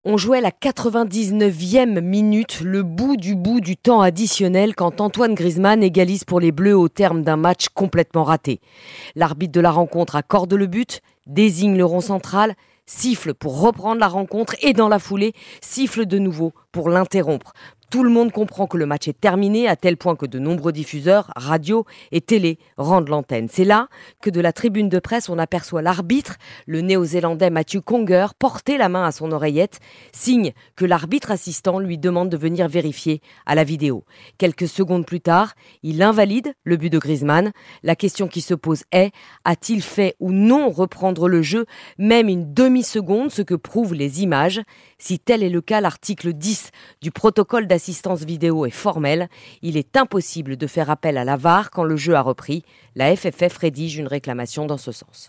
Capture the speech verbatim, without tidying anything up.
On jouait la quatre-vingt-dix-neuvième minute, le bout du bout du temps additionnel, quand Antoine Griezmann égalise pour les Bleus au terme d'un match complètement raté. L'arbitre de la rencontre accorde le but, désigne le rond central, siffle pour reprendre la rencontre et dans la foulée, siffle de nouveau pour l'interrompre. Tout le monde comprend que le match est terminé, à tel point que de nombreux diffuseurs, radio et télé rendent l'antenne. C'est là que de la tribune de presse, on aperçoit l'arbitre, le néo-zélandais Matthew Conger, porter la main à son oreillette, signe que l'arbitre assistant lui demande de venir vérifier à la vidéo. Quelques secondes plus tard, il invalide le but de Griezmann. La question qui se pose est, a-t-il fait ou non reprendre le jeu, même une demi-seconde, ce que prouvent les images? Si tel est le cas, l'article dix du protocole d'assistance vidéo est formel. Il est impossible de faire appel à la V A R quand le jeu a repris. La F F F rédige une réclamation dans ce sens.